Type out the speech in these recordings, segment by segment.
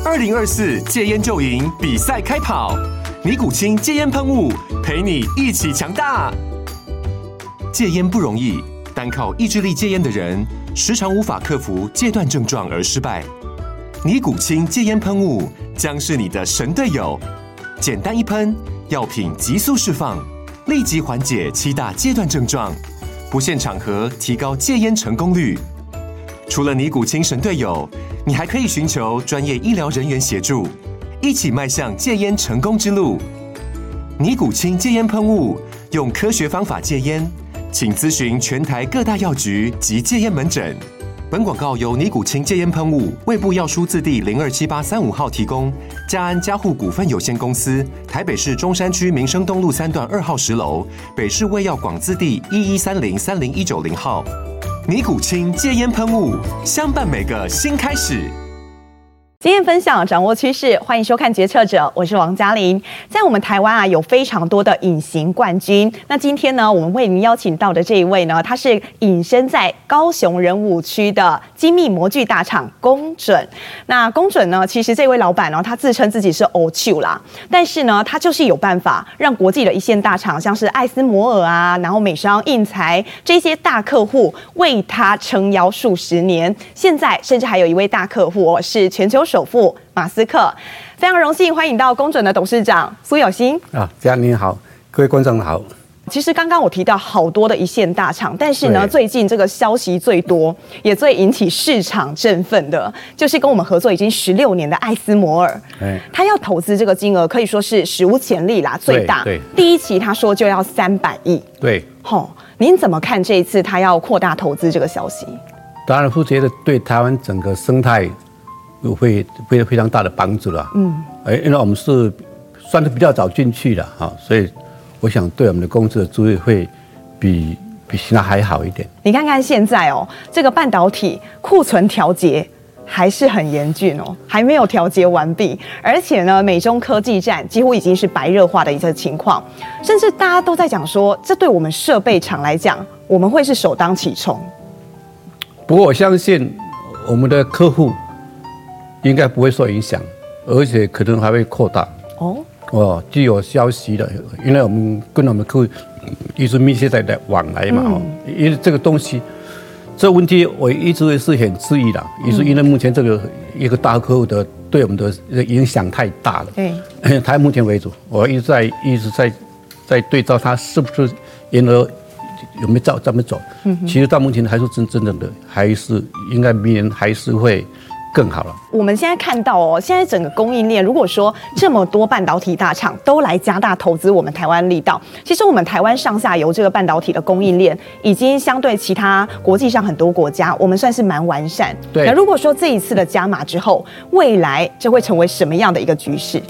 2024戒烟就赢比赛开跑，尼古清戒烟喷雾陪你一起强大。戒烟不容易，单靠意志力戒烟的人，时常无法克服戒断症状而失败。尼古清戒烟喷雾将是你的神队友，简单一喷，药品急速释放，立即缓解7大戒断症状，不限场合提高戒烟成功率。除了尼古清神队友，你还可以寻求专业医疗人员协助，一起迈向戒烟成功之路。尼古清戒烟喷雾，用科学方法戒烟，请咨询全台各大药局及戒烟门诊。本广告由尼古清戒烟喷雾、卫部药书字第027835号提供，嘉安嘉护股份有限公司，台北市中山区民生东路3段2号10楼，北市卫药广字第1130-30190号。尼古清戒烟喷雾，相伴每个新开始。 经验分享，掌握趋势，欢迎收看《决策者》，我是王嘉玲。在我们台湾啊，有非常多的隐形冠军。那今天呢，我们为您邀请到的这一位呢，他是隐身在高雄仁武区的精密模具大厂公准。那公准呢，其实这位老板呢，他自称自己是欧丘啦，但是呢，他就是有办法让国际的一线大厂，像是艾斯摩尔啊，然后美商、印材这些大客户为他撑腰数十年。现在甚至还有一位大客户哦，是全球首富马斯克，非常荣幸欢迎到公准的董事长苏有兴嘉玲好，各位观众好。 其实刚刚我提到好多的一线大厂，但是呢，最近这个消息最多，也最引起市场振奋的，就是跟我们合作已经16年的艾斯摩尔，他要投资这个金额可以说是史无前例啦，最大。第一期他说就要300亿。对，您怎么看这一次他要扩大投资这个消息？ 当然，我觉得对台湾整个生态会非常大的帮助了。因为我们是算是比较早进去的哈，所以我想对我们的公司的注意会比其他还好一点。 你看看现在哦，这个半导体库存调节还是很严峻哦，还没有调节完毕，而且呢，美中科技战几乎已经是白热化的一个情况，甚至大家都在讲说，这对我们设备厂来讲，我们会是首当其冲。 不过我相信我们的客户应该不会受影响，而且可能还会扩大。据有消息的，因为我们跟我们客户一直密切在往来嘛。因为这个东西，这个问题我一直是很质疑的，也是因为目前这个一个大客户的对我们的影响太大了。对，台目前为止，我一直在对照他是不是沿而有没有照这么走。其实到目前还是真正的，还是应该明年还是会更好了。 我们现在看到哦，现在整个供应链，如果说这么多半导体大厂都来加大投资我们台湾力道，其实我们台湾上下游这个半导体的供应链已经相对其他国际上很多国家，我们算是蛮完善。对。那如果说这一次的加码之后，未来这会成为什么样的一个局势？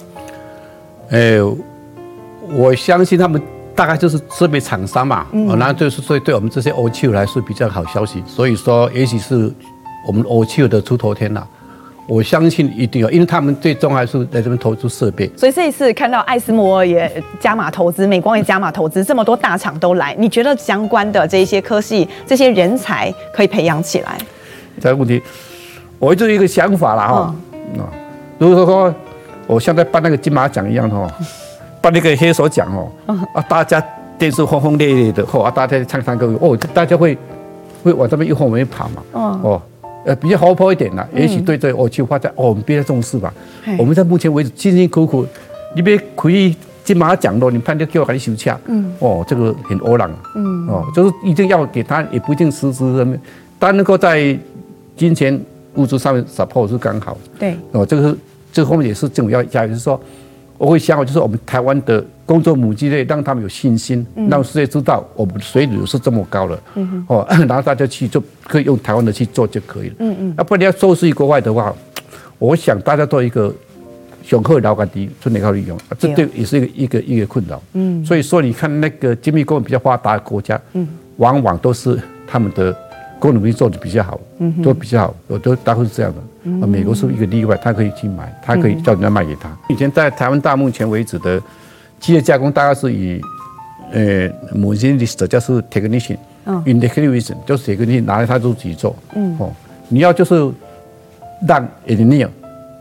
我相信他们大概就是设备厂商嘛，那就是所以对我们这些欧企来说比较好消息。所以说，也许是我们欧企的出头天了。我相信一定有，因为他们最终还是在这边投资设备。 所以这一次看到艾斯摩尔也加码投资，美光也加码投资，这么多大厂都来，你觉得相关的这些科系、这些人才可以培养起来？ 这个问题，我就有一个想法啦哈。如果说我像在办那个金马奖一样哈，办那个黑手奖大家电视轰轰烈烈的大家唱歌大家会往这边一后面跑嘛。比较活泼一点啦，也许对这欧企发展我们比较重视吧。我们在目前为止辛辛苦苦，你别可以金马奖咯，你判定叫我给你收洽。这个很欧朗。就是一定要给他，也不一定实质的，但能够在金钱物质上面 support 是刚好。对。这个后面也是政府要加油，就是说，我会想好，就是我们台湾的工作母鸡类，让他们有信心，让世界知道我们的水准是这么高的。然后大家去就可以用台湾的去做就可以了。要不然你要做事于国外的话，我想大家都一个雄厚劳感低，春年靠利用，这对也是一个困扰。所以说你看那个精密工业比较发达的国家，往往都是他们的工农兵做的比较好，都比较好，都大概是这样的。美国是一个例外，他可以去买，他可以叫人家卖给他。以前在台湾到目前为止的机械加工，大概是以某些历史叫是 technician，integration 就是 technician 拿来他就自己做。你要就是让 engineer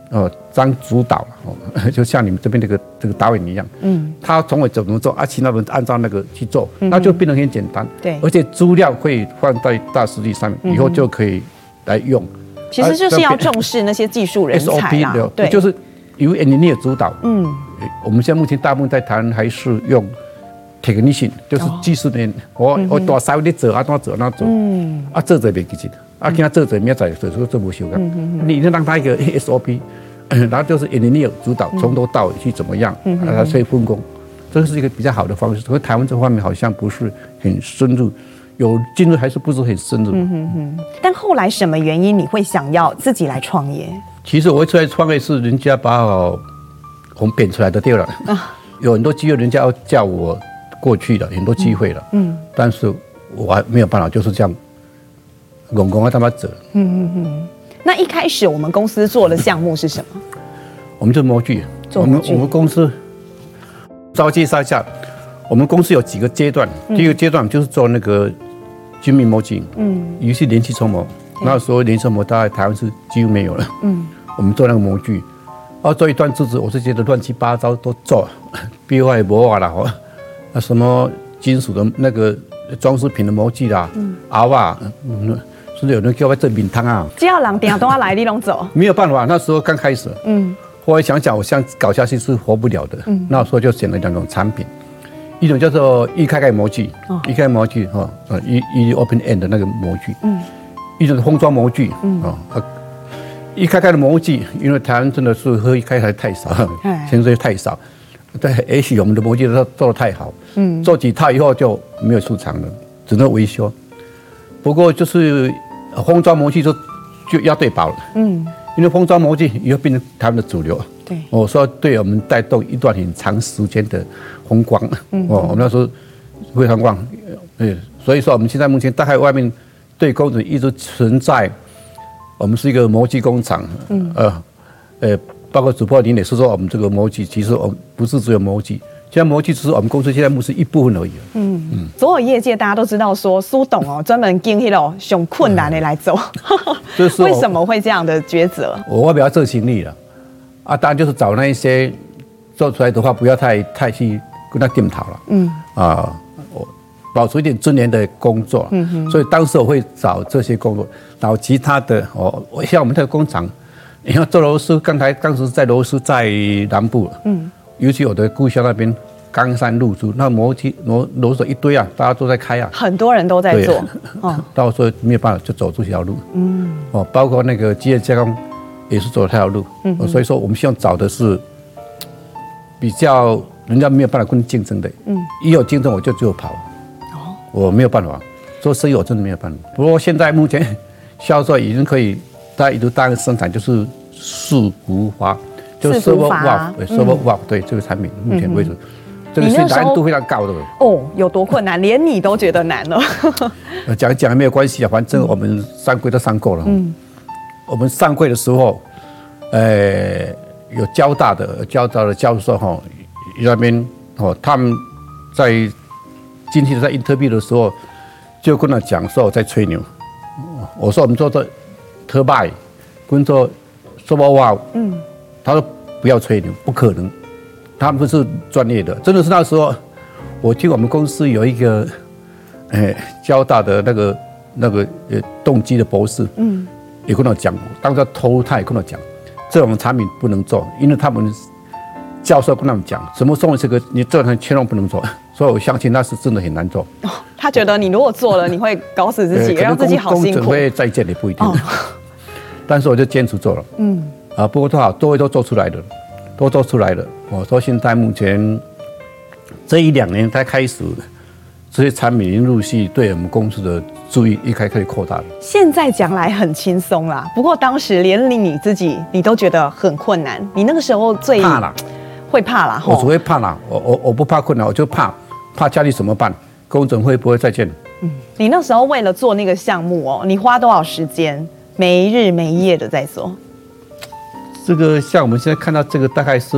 当主导了就像你们这边这个导演一样，他从我怎么做其他人按照那个去做，那就变得很简单， 对， 而且资料会放在大实体上面，以后就可以来用。 其实就是要重视那些技术人才啦， 对，就是由 engineer 主导。我们现在目前大部分在台湾还是用 technician， 就是技术人，我多少你做怎做那做，做袂记得，今仔做明仔做不修改，你就让他一个 SOP， 然后就是 engineer 主导，从头到尾去怎么样，他可以分工，这是一个比较好的方式。可是台湾这方面好像不是很深入。有进入还是不是很深入？ 但后来什么原因你会想要自己来创业？ 其实我出来创业是人家把我们贬出来的，对了，有很多机会，人家要叫我过去的，很多机会了，但是我还没有办法，就是这样，公公他妈走。 那一开始我们公司做的项目是什么？ 我们做模具，我们公司稍微介绍一下，我们公司有几个阶段，第一个阶段就是做那个精密模具，尤其连气冲模，那时候连气冲模大概台湾是几乎没有了，我们做那个模具，做一段日子，我是觉得乱七八糟都做，壁画模啊啦，什么金属的那个装饰品的模具啦，螯啊，甚至有人叫我做面汤啊， 只要人定都要来，你拢走， 没有办法，那时候刚开始，后来想想，我想搞下去是活不了的，那时候就选了两种产品。一种叫做一开模具，一开模具一 open end 的那个模具，一种是封装模具，一开的模具，因为台湾真的是喝一开还太少，现在太少，但也许我们的模具都做得太好，做几套以后就没有出厂了，只能维修。不过就是封装模具就要对保了，因为封装模具以后变成台湾的主流。 对， 我说对我们带动一段很长时间的风光，我们那时候非常旺，所以说我们现在目前大概外面对工程一直存在，我们是一个模具工厂，包括主播您也是说我们这个模具，其实我们不是只有模具，现在模具只是我们公司现在目是一部分而已。 所有业界大家都知道说苏董专门跟那种很困难的来走，为什么会这样的抉择？ 我外表要做行李了。当然就是找那一些做出来的话，不要太去跟他定讨了。我保持一点尊严的工作。所以当时我会找这些工作，然后其他的，像我们这个工厂，你要做螺丝，当时在螺丝在南部，尤其我的故乡那边冈山路珠，那螺丝一堆啊，大家都在开啊， 很多人都在做。 到时候没有办法就走出这条路。包括那个机械加工。也是走这条路，所以说我们希望找的是比较人家没有办法跟竞争的，一有竞争我就只有跑，我没有办法做生意，我真的没有办法。不过现在目前销售已经可以，大家一直大量生产就是四幅花，就是server valve，对这个产品目前为止，这个是难度非常高的。 有多困难，连你都觉得难了。 讲没有关系啊，反正我们上柜都上过了。我们上柜的时候，有交大的教授那边他们在今天在 interview 的时候，就跟他讲说我在吹牛。我说我们做的 turbine， 跟做 servo valve，他说不要吹牛，不可能，他们不是专业的。真的是那时候，我听我们公司有一个交大的那个动机的博士，也跟我讲，当时偷他也跟我讲，这种产品不能做，因为他们教授跟他们讲，什么送这个你这种千万不能做，所以我相信那是真的很难做。 他觉得你如果做了，你会搞死自己，让自己好辛苦。 工程会再见也不一定，但是我就坚持做了。不过多少都做出来的，都做出来了。我说现在目前这1-2年才开始。这些产品陆续对我们公司的注意一开始扩大了。 现在讲来很轻松啦，不过当时连你自己你都觉得很困难，你那个时候最怕啦， 会怕啦。 我只会怕啦，我不怕困难，我就怕家里怎么办？工程会不会再见？ 你那时候为了做那个项目你花多少时间，没日没夜的在做？ 这个像我们现在看到这个大概是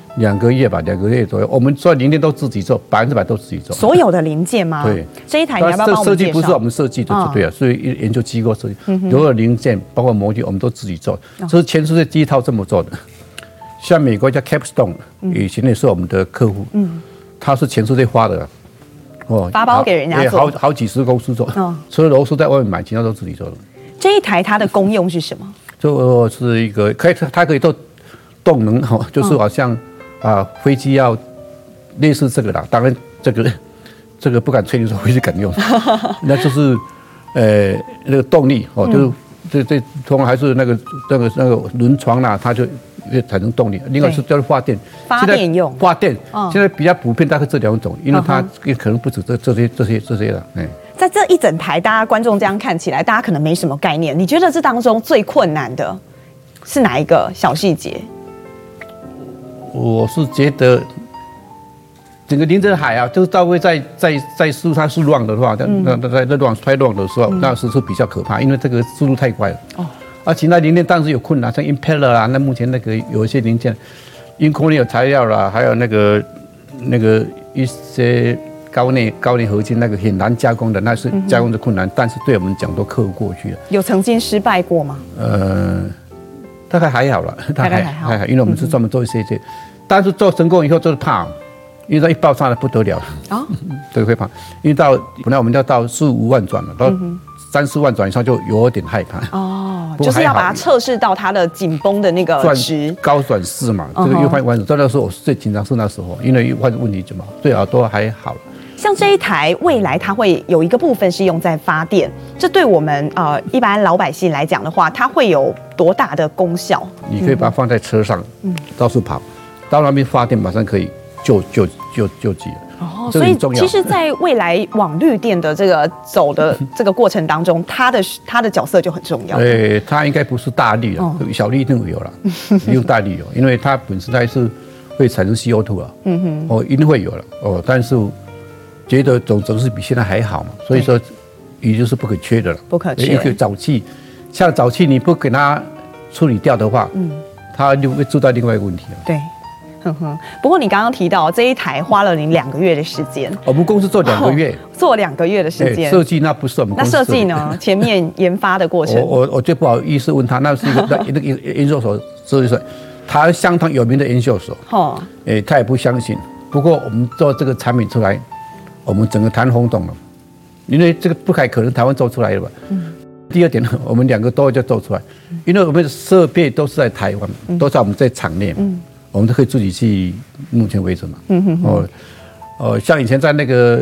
2个月吧，2个月左右。我们所有零件都自己做，100%都自己做。 所有的零件吗？ 对。 这一台你要不要帮我们介绍？ 设计不是我们设计的，对啊，所以研究机构设计，所有零件包括模具我们都自己做，这是全世界第一套这么做的。像美国叫 Capstone， 以前也是我们的客户，他是全世界发的， 发包给人家做， 好几十公司做，除了螺丝在外面买，其他都自己做的。 这一台它的功用是什么？ 就是一个它可以做动能就是好像飞机要类似这个啦，当然这个不敢吹牛说飞机敢用，那就是那个动力就是这通常还是那个轮床啦，它就产生动力。另外是叫发电用发电，现在比较普遍大概这2种，因为它也可能不止这些了。 在这一整台，大家观众这样看起来，大家可能没什么概念。你觉得这当中最困难的是哪一个小细节？ 我是觉得整个林森海啊，就是到位在它是乱的话，在太乱的时候，那是比较可怕，因为这个速度太快了。而其他零件当然是有困难，像 impeller 啊，那目前那个有一些零件，因空力有材料啦，还有那个一些高内合金那个很难加工的，那是加工的困难，但是对我们讲都克服过去了。 有曾经失败过吗？ 大概还好了， 大概还好， 因为我们是专门做一些，但是做成功以后就是怕，因为它一爆炸的不得了这个会怕，因为本来我们要到4、5万转了，到3、4万转以上就有点害怕。 就是要把它测试到它的紧绷的那个值， 高转4嘛，这个又换转，那时候我最紧张是那时候，因为换问题嘛，对耳朵还好。 像这一台未来它会有一个部分是用在发电，这对我们一般老百姓来讲的话，它会有多大的功效？ 你可以把它放在车上，到处跑，到那边发电马上可以救急了。 所以其实，在未来往绿电的这个走的这个过程当中，它的角色就很重要。 它应该不是大力了，小力一定会有了，用大力有，因为它本身还是会产生 CO2 了，一定会有了，但是觉得总是比现在还好嘛，所以说也就是不可缺的了， 不可缺。 一个沼气，像沼气你不给它处理掉的话，它就会出到另外一个问题了。 对。不过你刚刚提到这一台花了你2个月的时间， 我们公司做2个月， 做2个月的时间。 设计那不是我们公司那设计呢？前面研发的过程， 我最不好意思问他，那是一个研究所设计师，他相当有名的研究所，他也不相信。不过我们做这个产品出来，我们整个谈轰动了，因为这个不太可能台湾做出来的吧。第二点呢，我们2个都要做出来，因为我们的设备都是在台湾，都在我们在厂内。我们都可以自己去，目前为止嘛。像以前在那个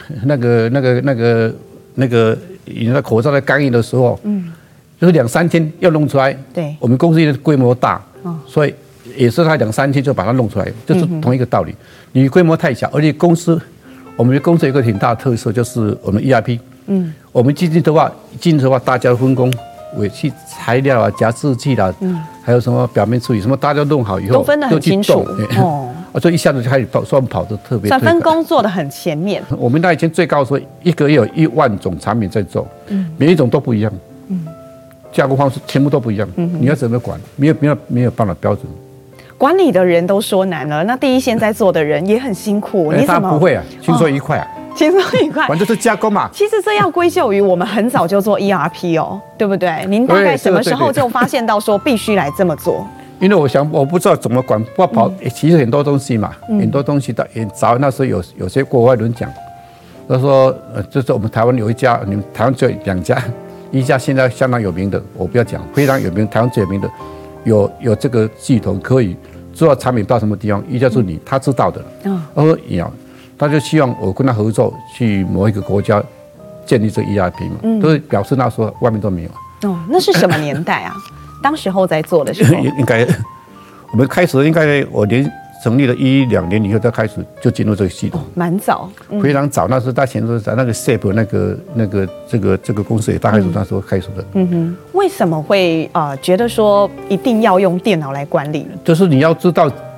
以前的口罩在干预的时候，就是2、3天要弄出来。 对， 我们公司因为规模大，所以也是他2、3天就把它弄出来，就是同一个道理。你规模太小，而且我们的公司有一个很大的特色，就是我们 ERP。我们进去的话，大家分工。尾气材料啊，夹制剂啦，还有什么表面处理，什么大家弄好以后都分得很清楚所以一下子就开始算跑得特别。 算分工做得很前面。 我们那以前最高的时候，1个月有1万种产品在做，每一种都不一样，加工方式全部都不一样，你要怎么管？没有办法标准。 管理的人都说难了，那第一线在做的人也很辛苦。你怎么不会啊？轻松愉快啊。 轻松愉快， 反正就是加工嘛。 其实这要归咎于我们很早就做 ERP 对不对？您大概什么时候就发现到说必须来这么做？ 因为我不知道怎么管，不跑，其实很多东西嘛，很多东西的很早那时候有些国外人讲，他说就是我们台湾有一家，你们台湾只有2家，一家现在相当有名的，我不要讲，非常有名，台湾最有名的，有这个系统可以知道产品到什么地方，一家是你，他知道的。他说有。他就希望我跟他合作，去某一个国家建立这 ERP 嘛，都是表示那时候外面都没有。 那是什么年代啊？当时候在做的时候， 应该我们开始应该我成立了1、2年以后，再开始就进入这个系统， 蛮早， 非常早。那时候他前头在那个 SAP 这个公司也大概是那时候开始的。为什么会觉得说一定要用电脑来管理？ 就是你要知道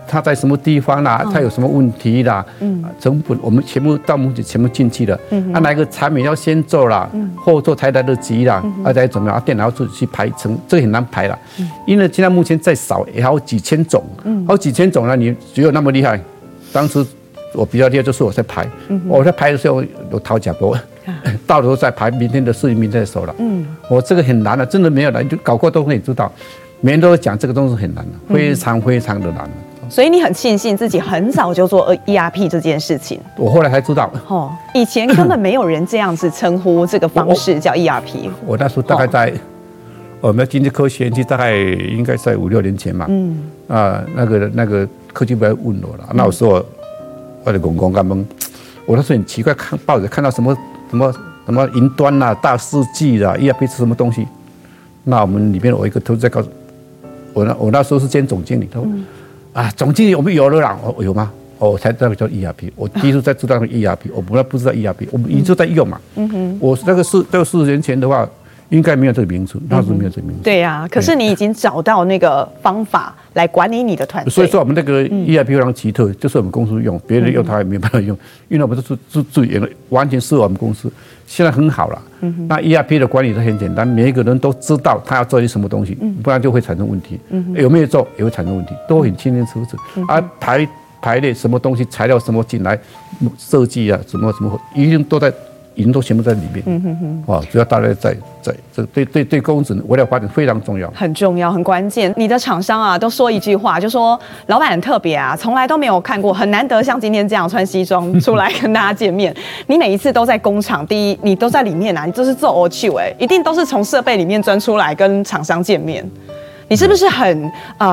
它在什么地方啦，它有什么问题啦，成本我们全部到目前全部进去了，哪一个产品要先做啦，后做才来得及啦，再怎么样，电脑要自己去排成，这个很难排啦，因为现在目前再少也好几千种，好几千种了，你只有那么厉害，当时我比较厉害就是我在排，我在排的时候有掏假波。到时候再排明天的事情，明天再说了。我这个很难的，真的没有难，就搞过都可以知道。每人都讲这个东西很难的，非常非常的难。 所以你很庆幸自己很早就做 ERP 这件事情。 我后来才知道。 以前根本没有人这样子称呼这个方式叫 ERP。 我那时候大概在我们经济科学园区，大概应该在5、6年前嘛。那个科技部来问我了，那时候我就讲干懵，我那时候很奇怪，看报纸看到什么云端啦、大数据啦、ERP 是什么东西？那我们里面有一个投资在告诉我那时候是兼总经理，他说总经理我们有了啦，我有吗？我才知道叫 ERP， 我第一次才知道那个 ERP， 我本来不知道 ERP， 我们一直在用嘛。我那个40年前的话，应该没有这个名词，那时候没有这个名词。 对呀，可是你已经找到那个方法来管理你的团队。 所以说我们那个 ERP 非常奇特，就是我们公司用，别人用它也没有办法用，因为我们是自己完全是我们公司。现在很好了，那 ERP 的管理是很简单，每一个人都知道他要做些什么东西，不然就会产生问题。有没有做也会产生问题，都很清楚。排列什么东西，材料什么进来，设计啊，什么，一定都在。已经都全部在里面，主要大概在这对公司未来发展非常重要， 很重要，很关键。你的厂商啊，都说一句话，就说老板很特别啊，从来都没有看过，很难得像今天这样穿西装出来跟大家见面。你每一次都在工厂，第一你都在里面啊，你就是做 OQ 一定都是从设备里面钻出来跟厂商见面。你是不是很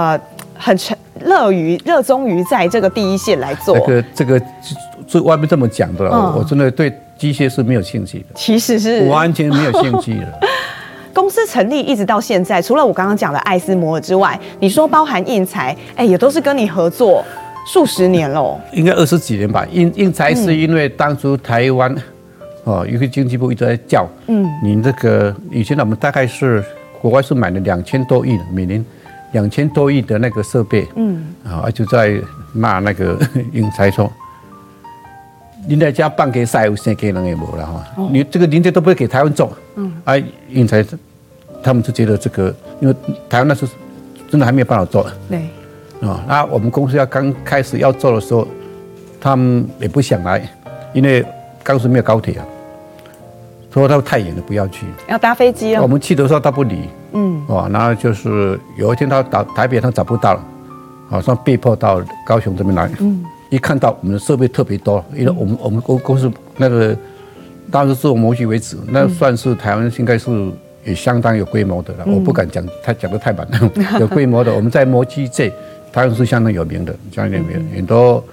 热衷于在这个第一线来做？ 这个是外面这么讲的，我真的对机械是没有兴趣的， 其实是完全没有兴趣的。 公司成立一直到现在，除了我刚刚讲的艾斯摩尔之外，你说包含应材，也都是跟你合作数十年了，应该20几年吧。应材是因为当初台湾一个经济部一直在叫，你这个以前我们大概是国外是买了2000多亿的，每年2000多亿的那个设备，就在骂那个应材说。你在家办给赛有谁给人也没了哈，你这个零件都不会给台湾做，应材他们就觉得这个，因为台湾那时候真的还没有办法做， 对， 那我们公司刚开始要做的时候，他们也不想来，因为当时没有高铁啊，说他太远了不要去， 要搭飞机哦。 我们去的时候他不理，然后就是有一天他到台北他找不到了，好像被迫到高雄这边来，一看到我们的设备特别多，因为我们公司那个当时是我模具为止，那算是台湾应该是也相当有规模的了。我不敢讲，他讲的太满了，有规模的。我们在模具界，台湾是相当有名的，相当有名。很多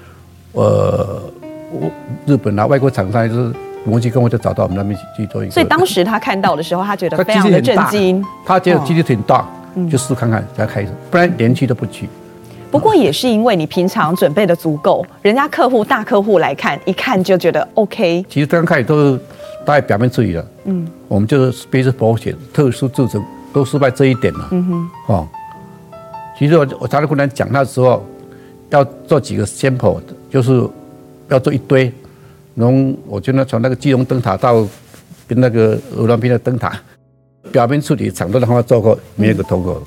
日本啊外国厂商就是模具跟我就找到我们那边去做一个。 所以当时他看到的时候，他觉得非常的震惊。 他觉得机器挺大，就试看看才开始，不然连去都不去。 不过也是因为你平常准备的足够，人家大客户来看，一看就觉得 OK。 其实刚开始都是大概表面质疑了，我们就是 special project 特殊制成都失败这一点了，其实我常常跟他讲，那时候要做几个 sample， 就是要做一堆，我就从那个基隆灯塔到跟那个鹅銮鼻的灯塔，表面处理厂都让他做过，没有一个通过。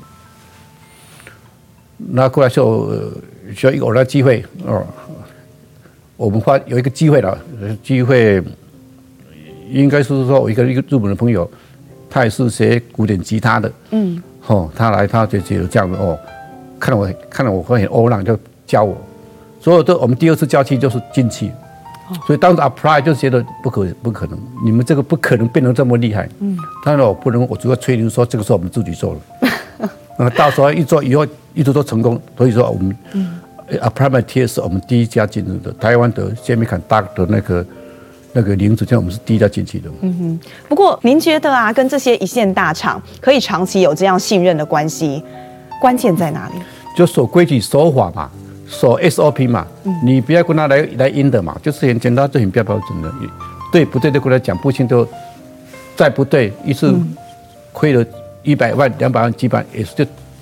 那过来就需要一个偶然机会我们有一个机会了，机会应该是说我一个日本的朋友，他也是学古典吉他的，他来他就觉得这样子看到我会很欧朗，就教我，所有的我们第2次教期就是进去，所以当时 apply 就觉得不可能，你们这个不可能变成这么厉害，当然我不能，我主要吹牛说这个是我们自己做的，到时候一做以后一直都成功，所以说我们Applied 是我们第一家进入的，台湾的杰米坎大的那个零组件，我们是第一家进去的。 不过您觉得啊，跟这些一线大厂可以长期有这样信任的关系，关键在哪里？ 就守规矩、守法嘛，守 SOP 嘛，你不要跟他来阴的嘛，就是很简单，就很标准的，对不对就跟他讲，不清就再不对，一次亏了100万、200万、几百，也是就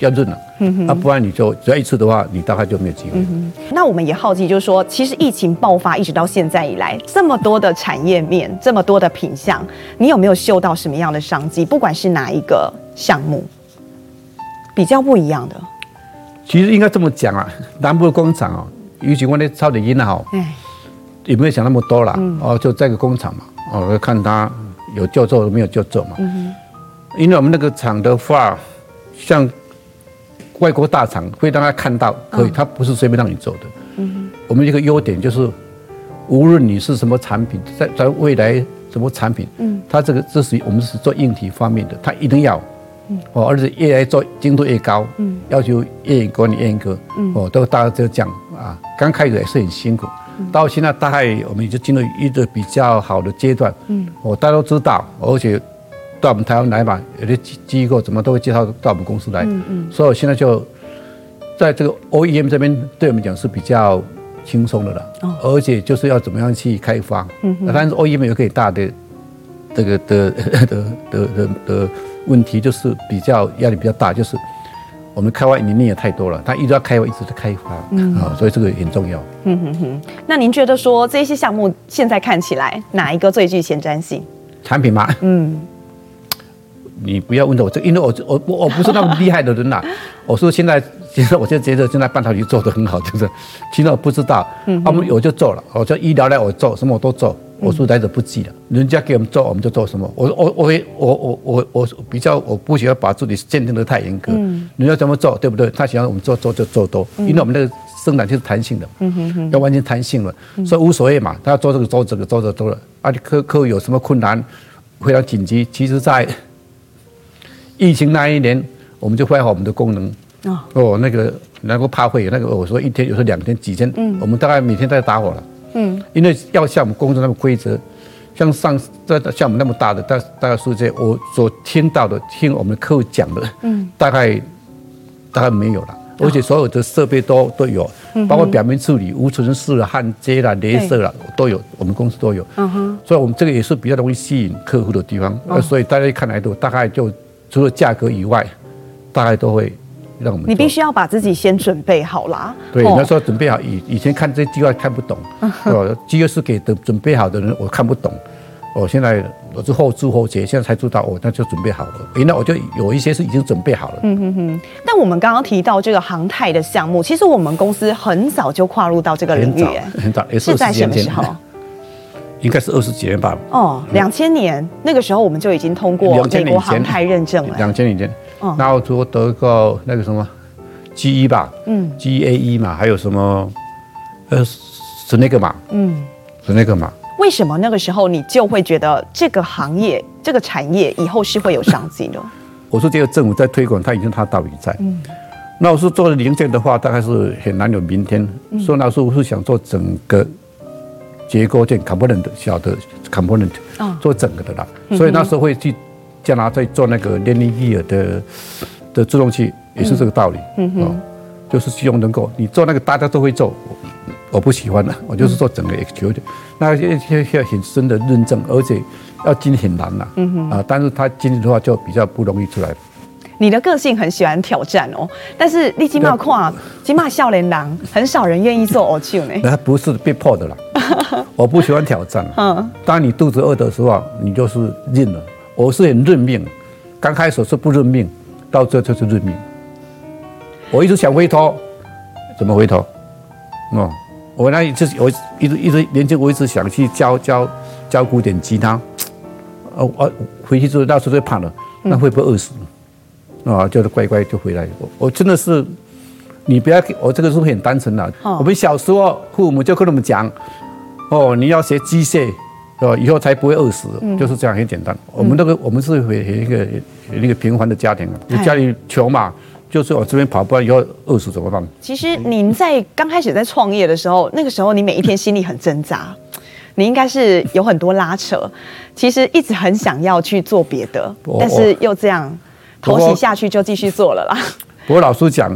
要认了，不然你就只要一次的话，你大概就没有机会。 那我们也好奇，就是说，其实疫情爆发一直到现在以来，这么多的产业面，这么多的品项，你有没有嗅到什么样的商机？不管是哪一个项目，比较不一样的。 其实应该这么讲啊，南部的工厂哦，尤其我那超点音啊，也没有想那么多啦。就在一个工厂嘛，看他有就做没有就做嘛。因为我们那个厂的话，像外国大厂会让他看到，可以，他不是随便让你做的。我们一个优点就是，无论你是什么产品，在未来什么产品，它这是我们是做硬体方面的，它一定要。而且越来做精度越高，要求越严格，你越严格，都大家就这样啊。刚开始也是很辛苦，到现在大概我们已经进入一个比较好的阶段，大家都知道，而且到我们台湾来嘛，有些机构怎么都会介绍到我们公司来，所以我现在就在这个 OEM 这边对我们讲是比较轻松的了，而且就是要怎么样去开发，但是 OEM 有个大的这个的问题就是比较压力比较大，就是我们开发年龄也太多了，他一直要开发，一直在开发所以这个很重要。 那您觉得说这些项目现在看起来哪一个最具前瞻性？ 产品吗？你不要问我这，因为我不是那么厉害的人啦。我说现在我就觉得现在半导体做得很好，就是其实我不知道，我就做了，我就医疗类我做，什么我都做。我是来者不拒的，人家给我们做，我们就做什么。我比较我不喜欢把自己限定的太严格，人家怎么做，对不对？他喜欢我们做就做多，因为我们那个生产就是弹性的，要完全弹性了，所以无所谓嘛。他要做这个做这个做多了，客户有什么困难，非常紧急。其实，在疫情那一年，我们就发挥好我们的功能。那个能够怕会那个，我说一天有时候2天几天，我们大概每天在打火了。因为要像我们公司那么规则，像像我们那么大的大概是这我所听到的，听我们的客户讲的，大概没有了，而且所有的设备都有，包括表面处理、无尘室啦、焊接啦、雷射啦都有，我们公司都有。所以我们这个也是比较容易吸引客户的地方。所以大家一看来都大概就除了价格以外，大概都会。 你必须要把自己先准备好啦。 对，那时候准备好，以前看这计划看不懂，计划是给准备好的人，我看不懂。现在我是后知后觉，现在才知道，那就准备好了。原来我就有一些是已经准备好了。 但我们刚刚提到这个航太的项目，其实我们公司很早就跨入到这个领域， 很早，也是在什么时候？ 应该是20几年吧。 2000年那个时候我们就已经通过美国航太认证了。 2000年前。然后说得个那个什么 GE 吧，GAE 嘛，还有什么是那个嘛，是那个嘛。 为什么那个时候你就会觉得这个行业、这个产业以后是会有商机的？ 我说这个政府在推广，它已经它道理在。那我说做零件的话，大概是很难有明天。所以那时候我是想做整个结构件 component 小的 component， 做整个的啦。所以那时候会去。加拿大做那个 landing gear 的制动器也是这个道理，就是希望能够你做那个大家都会做，我不喜欢的，我就是做整个 extrusion， 那要很深的认证，而且要精很难啦，但是他精的话就比较不容易出来。 你的个性很喜欢挑战哦，但是你起码看，起码少年郎很少人愿意做偶像呢。 那不是被迫的啦，我不喜欢挑战。当你肚子饿的时候，你就是认了。我是很认命，刚开始是不认命，到这就是认命。我一直想回头，怎么回头？我那一直年轻，我一直想去教古典吉他。回去之后那时候就怕了，那会不会饿死？就是乖乖就回来。我真的是，你不要，我这个是很单纯的。我们小时候父母就跟我们讲，你要学机械。以后才不会饿死，就是这样，很简单。我们是一个平凡的家庭啊，家里穷嘛，就是我这边跑，不然以后饿死怎么办？ 其实您在刚开始在创业的时候，那个时候你每一天心里很挣扎，你应该是有很多拉扯，其实一直很想要去做别的，但是又这样头洗下去就继续做了啦。 不过老实讲，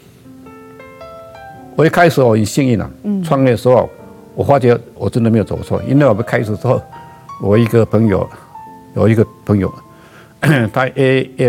我一开始我很幸运啊，创业的时候。我发觉我真的没有走错，因为我们开始之后，有一个朋友，他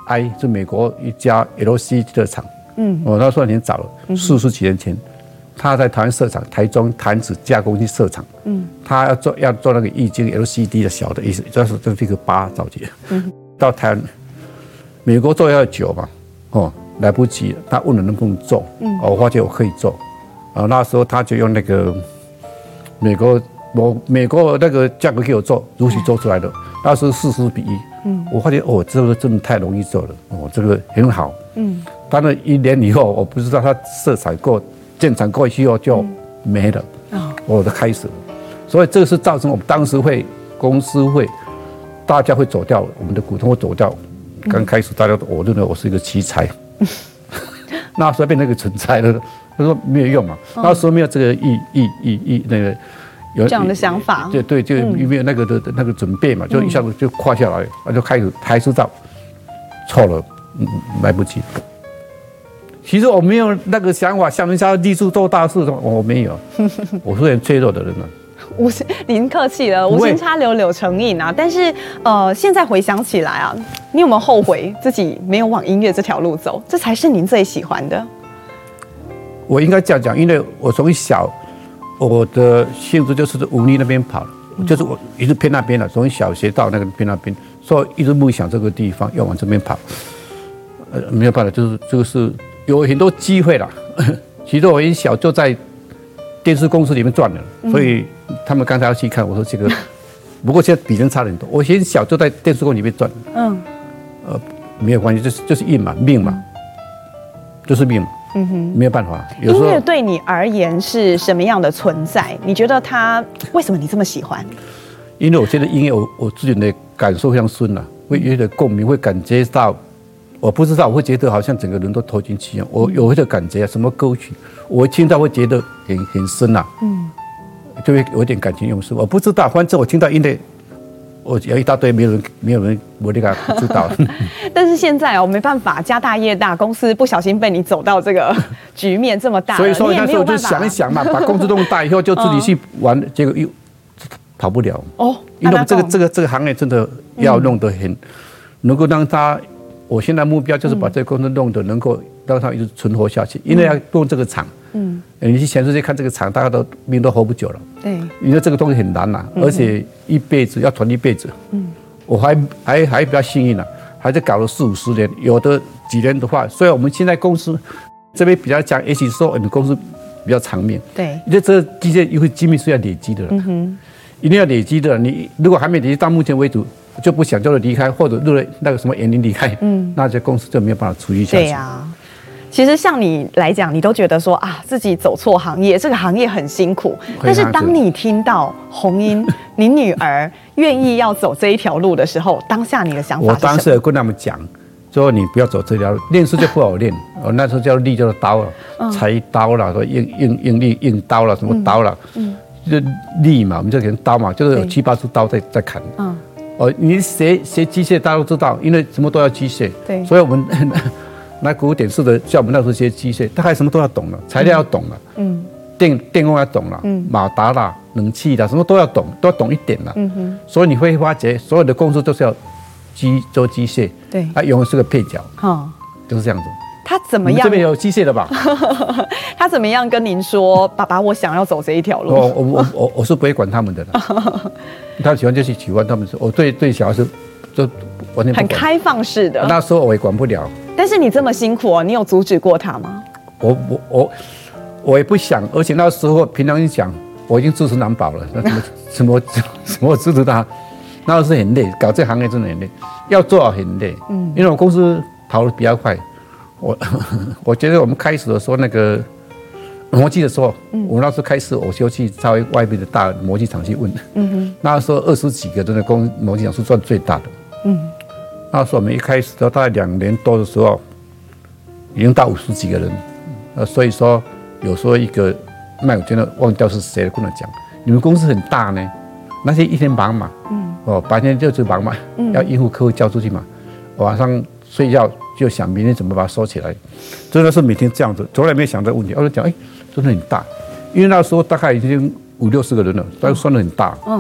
I 是美国一家 LCD 的厂，那时候很早了，40几年前，他在台湾设厂，台中弹子加工机设厂，他要做那个液晶 LCD 的小的，意思就是这个8早期，到台湾，美国做要久嘛，来不及了，他问了能不能做，我发觉我可以做，那时候他就用那个美国那个价格给我做，如期做出来的，那时候40比1，我发觉这个真的太容易做了，这个很好，当然1年以后，我不知道他设厂过。建厂过去后就没了，我的开始，所以这个是造成我们当时公司会，大家会走掉，我们的股东会走掉。刚开始大家我认为我是一个奇才，那时候变成一个蠢材了，他说没有用嘛，那时候没有这个那个有这样的想法， 对，就没有那个的那个准备嘛，就一下子就跨下来，就开始还知道错了，来不及。其实我没有那个想法，像人家立志做大事，我没有，我是很脆弱的人啊。 您客气了，无心插柳柳成荫啊。但是现在回想起来啊，你有没有后悔自己没有往音乐这条路走？这才是您最喜欢的。 我应该这样讲，因为我从小我的性质就是武力那边跑，就是我一直偏那边了，从小学到那个偏那边，所以一直梦想这个地方要往这边跑。没有办法，就是这个是。有很多机会啦，其实我很小就在电视公司里面赚了，所以他们刚才要去看，我说这个，不过现在比人差很多。我很小就在电视公司里面赚，没有关系，就是运嘛，命嘛，就是命嘛，没有办法。有时候音乐对你而言是什么样的存在？你觉得它为什么你这么喜欢？ 因为我觉得音乐我自己的感受非常深了，会有点共鸣，会感觉到。我不知道，我会觉得好像整个人都投进去一样。我有一个感觉啊，什么歌曲，我听到会觉得很深啊，就会有点感情用事。我不知道，反正我听到音乐，我有一大堆，没有人我那个不知道。 但是现在我没办法，家大业大，公司不小心被你走到这个局面这么大， 所以说那时候就想一想嘛，把公司弄大以后就自己去玩，结果又跑不了因为这个行业真的要弄得很，能够让它。我现在目标就是把这个公司弄得能够让它一直存活下去，因为要弄这个厂，你去全世界看这个厂，大家都命都活不久了，对，因为这个东西很难呐，而且一辈子要传一辈子，我还比较幸运了，还在搞了40、50年，有的几年的话，所以我们现在公司这边比较讲，也许说我们公司比较长命，对，因为这机械因为机密是要累积的，一定要累积的，你如果还没累积到目前为止。就不想就离开，或者为了那个什么原因离开，那这公司就没有办法处理下去。 对呀，其实像你来讲，你都觉得说啊，自己走错行业，这个行业很辛苦。但是当你听到洪英你女儿愿意要走这一条路的时候，当下你的想法是什么？ 我当时有跟他们讲，说你不要走这条路，练书就不好练。我那时候叫力，叫刀了，裁刀了，说硬刀了，什么刀了，就力嘛，我们就给人刀嘛，就是有7、8支刀在砍。你学机械，大家都知道，因为什么都要机械，对，所以我们那古典式的，像我们那时候学机械，大概什么都要懂了，材料要懂了，电工要懂了，马达啦、冷气啦，什么都要懂，都要懂一点了，所以你会发觉，所有的公司都是要做机械，对，永远是个配角，就是这样子。 他怎么样？ 这边有机械的吧？ 他怎么样跟您说，爸爸，我想要走这一条路？ 我是不会管他们的啦。他喜欢就去喜欢，他们说我对小孩是就完全很开放式的。 那时候我也管不了。 但是你这么辛苦你有阻止过他吗？ 我也不想，而且那时候平常讲，我已经自身难保了，那什么支持他，那是很累，搞这行业真的很累，要做好很累。因为我公司跑得比较快。我觉得我们开始的时候，那个模具的时候，我那时候开始，我就去稍微外面的大模具厂去问。那时候20几个的模具厂是赚最大的。那时候我们一开始到大概2年多的时候，已经到50几个人。所以说有时候一个卖，我真的忘掉是谁了，跟我讲，你们公司很大呢，那些一天忙嘛，白天就是忙嘛，要应付客户交出去嘛，晚上睡觉就想明天怎么把它收起来，真的是每天这样子，从来没想这个问题。我就讲，真的很大，因为那时候大概已经50、60个人了，但是算得很大。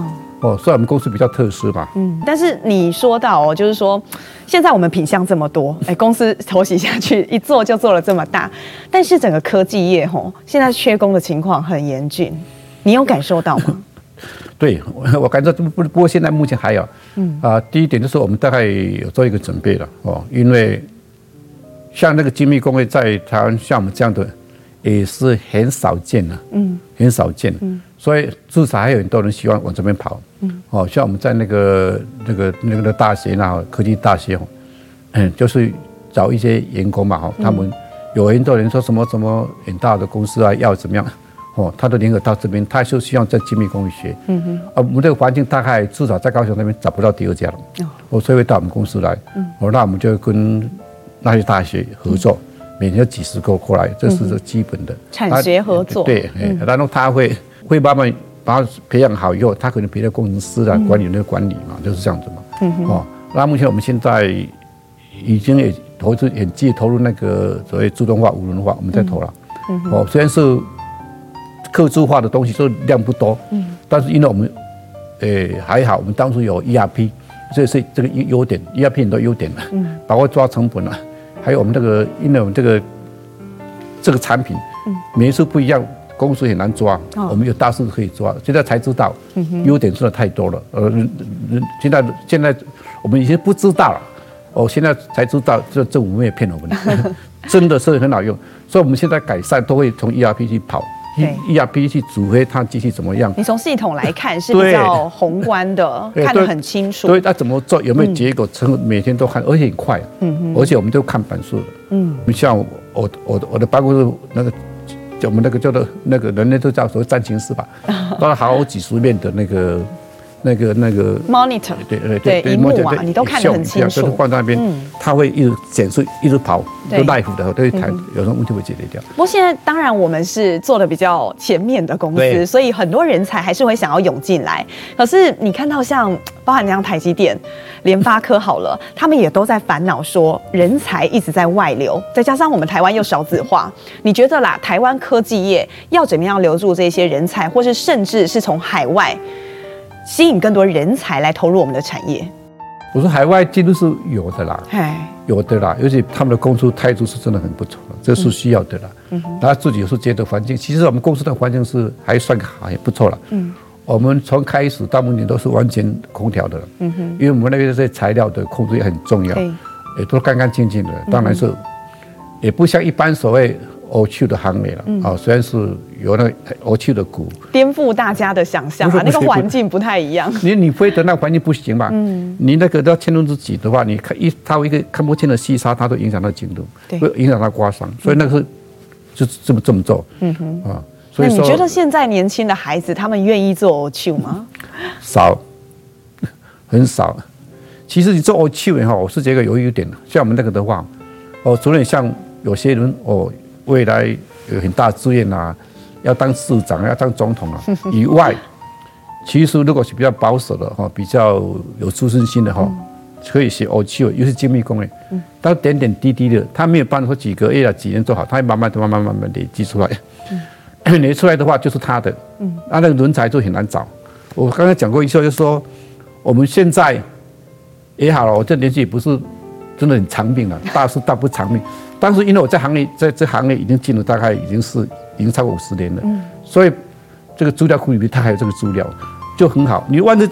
所以我们公司比较特殊嘛。 但是你说到就是说现在我们品项这么多，公司投洗下去一做就做了这么大，但是整个科技业现在缺工的情况很严峻，你有感受到吗？ 对，我感觉不过现在目前还有，第一点就是我们大概有做一个准备了因为像那个精密工业在台湾像我们这样的也是很少见的，很少见，所以至少还有很多人喜欢往这边跑，像我们在那个大学科技大学，就是找一些员工嘛，他们有很多人说什么很大的公司啊要怎么样。他的联合到这边，他就希望在精密工业学。我们这个环境大概至少在高雄那边找不到第二家了。所以会到我们公司来。那我们就跟那些大学合作，每年有几十个过来，这是基本的产学合作。 对，然后他会慢慢把他培养好以后，他可能别的工程师啊、管理的管理嘛，就是这样子嘛。那目前我们现在已经也很积极投入那个所谓自动化、无人化，我们在投了。虽然是客制化的东西，就量不多，但是因为我们，还好，我们当初有 ERP， 这是这个优点 ，ERP 很多优点包括抓成本还有我们因为我们这个产品，每一次不一样，公司很难抓，我们有大数可以抓，现在才知道，优点真的太多了，现在我们以前不知道了，现在才知道，这政府没有骗我们，真的是很好用，所以我们现在改善都会从 ERP 去跑。ERP 去组合它机器怎么样？你从系统来看是比较宏观的，看得很清楚。 对，它怎么做，有没有结果，每天都看，而且很快。而且我们都看版数的。像我的办公室我们叫做人家都叫所谓战情室吧，都有好几十面的那个 monitor， 对，荧幕啊，你都看得很清楚。 就是放在那边，它会一直显示，一直跑，就 live 的，都会谈，有时候问题会解决掉。 不过现在当然我们是做的比较前面的公司，所以很多人才还是会想要涌进来。可是你看到像包含像台积电、联发科好了，他们也都在烦恼说人才一直在外流，再加上我们台湾又少子化，你觉得啦，台湾科技业要怎么样留住这些人才，或是甚至是从海外吸引更多人才来投入我们的产业？ 我说海外进入是有的啦，有的啦，尤其他们的公司态度是真的很不错的，这是需要的啦。他自己有时候觉得环境，其实我们公司的环境是还算好，也不错了。我们从开始到目前都是完全空调的了。因为我们那边这些材料的控制也很重要，也都干干净净的。当然是也不像一般所谓OQ 的行业了，虽然是有那个OQ的股， 颠覆大家的想象那个环境不太一样。 你非得那个环境不行嘛？你那个要牵动自己的话，你看它有一个看不见的细沙，它都影响到精度，会影响到刮伤，所以那个是就这么做。所以说， 那你觉得现在年轻的孩子他们愿意做 OQ 吗？ 少，很少。其实你做 OQ 我是觉得有一点，像我们那个的话，除了像有些人未来有很大志愿要当市长、要当总统以外，其实如果是比较保守的比较有出身心的可以学 OQ， 尤其是精密工业，它点点滴滴的，它没有办法说几个月几年做好，它会慢慢累积出来。累出来的话就是他的，那个人才就很难找。我刚才讲过一次，就是说我们现在也好了，我这年纪也不是真的很长命了，大不长命。但是因为我在这行业已经进入大概已经超过50年了，所以这个资料库里面它还有这个资料，就很好。你万一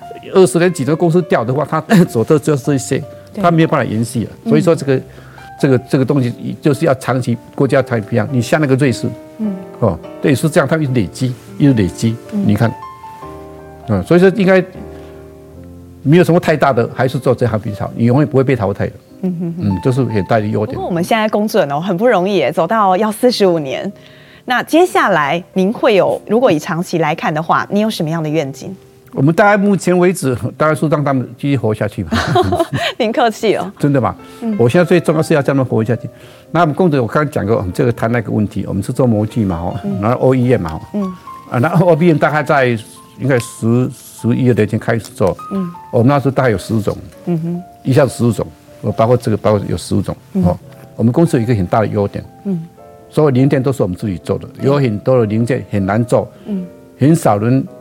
20年几个公司掉的话，它走的就是这些，它没有办法延续了。所以说这个东西就是要长期国家才培养。你像那个瑞士，对，是这样，它一直累积，你看，所以说应该没有什么太大的，还是做这行比较好，你永远不会被淘汰的。这是很大的优点。 不过我们现在工作很不容易，走到要45年。那接下来您会有，如果以长期来看的话，你有什么样的愿景？ 我们大概目前为止，当然是让他们继续活下去嘛。 您客气了， 真的吗？我现在最重要是要让他们活下去。那我们公司我刚刚讲过，这个谈那个问题，我们是做模具嘛，然后 OEM 嘛，那 OEM 大概在应该11、12年前开始做，我们那时候大概有10种，一下子10种，包括有15种，我们公司有一个很大的优点，所有零件都是我们自己做的，有很多的零件很难做，很少人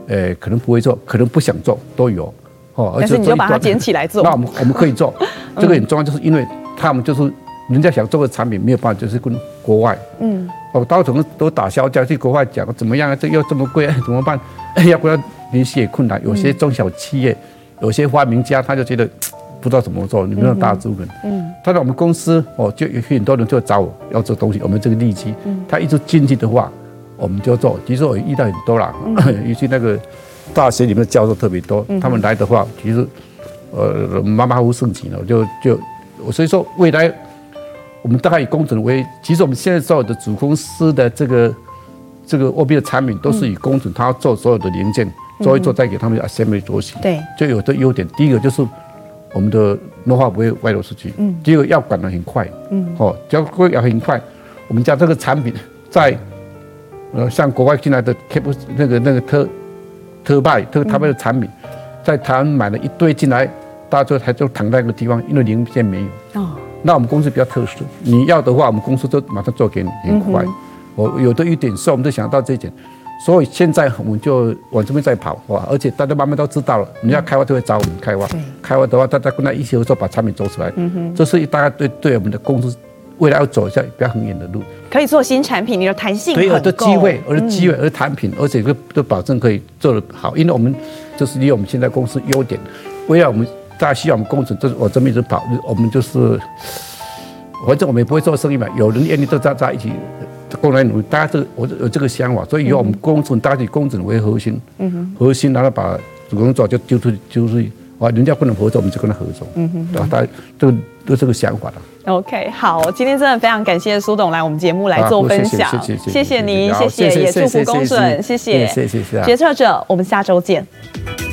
可能不会做，可能不想做都有。 但是你就把它捡起来做。 那我们可以做，这个很重要，就是因为他们就是人家想做的产品没有办法，就是跟国外，到时候都打销价去国外讲怎么样啊，这又这么贵，怎么办？要不然联系也困难。有些中小企业，有些发明家，他就觉得不知道怎么做，你没有大资本。当然我们公司就有很多人就找我要做东西，我们这个利基，他一直进去的话，我们就做。其实我遇到很多啦，尤其那个大学里面的教授特别多，他们来的话，其实马马虎胜景了，所以说未来我们大概以工准为，其实我们现在所有的主公司的这个 OB 的产品都是以工准，他要做所有的零件，做一做再给他们 assembly 做型。对，就有的优点，第一个就是我们的know how不会外流出去，第二个要管得很快，只要很快，我们家这个产品在像国外进来的 那个特拜他们的产品，在台湾买了一堆进来，大家就躺在那个地方，因为零件没有。那我们公司比较特殊，你要的话，我们公司就马上做给你，很快。有的一点，所以我们就想到这一点，所以现在我们就往这边在跑，而且大家慢慢都知道了，你要开发就会找我们开发，开发的话，大家跟他一起合作把产品做出来，这是大家对我们的公司未来要走一下比较很远的路， 可以做新产品，你的弹性很够， 对，而机会，而产品，而且都保证可以做得好，因为我们就是利用我们现在公司优点，未来我们大家需要我们工程，就是我这边一直跑，我们就是，反正我们也不会做生意嘛，有人愿意都在一起共同努力，大家我有这个想法，所以以后我们工程大家以工程为核心，然后把主工做就丢出去，人家不能合作，我们就跟他合作，对吧？大家都这个想法的。 OK， 好，今天真的非常感谢苏董来我们节目来做分享，谢谢您，谢谢，也祝福工准，谢谢，决策者，我们下周见。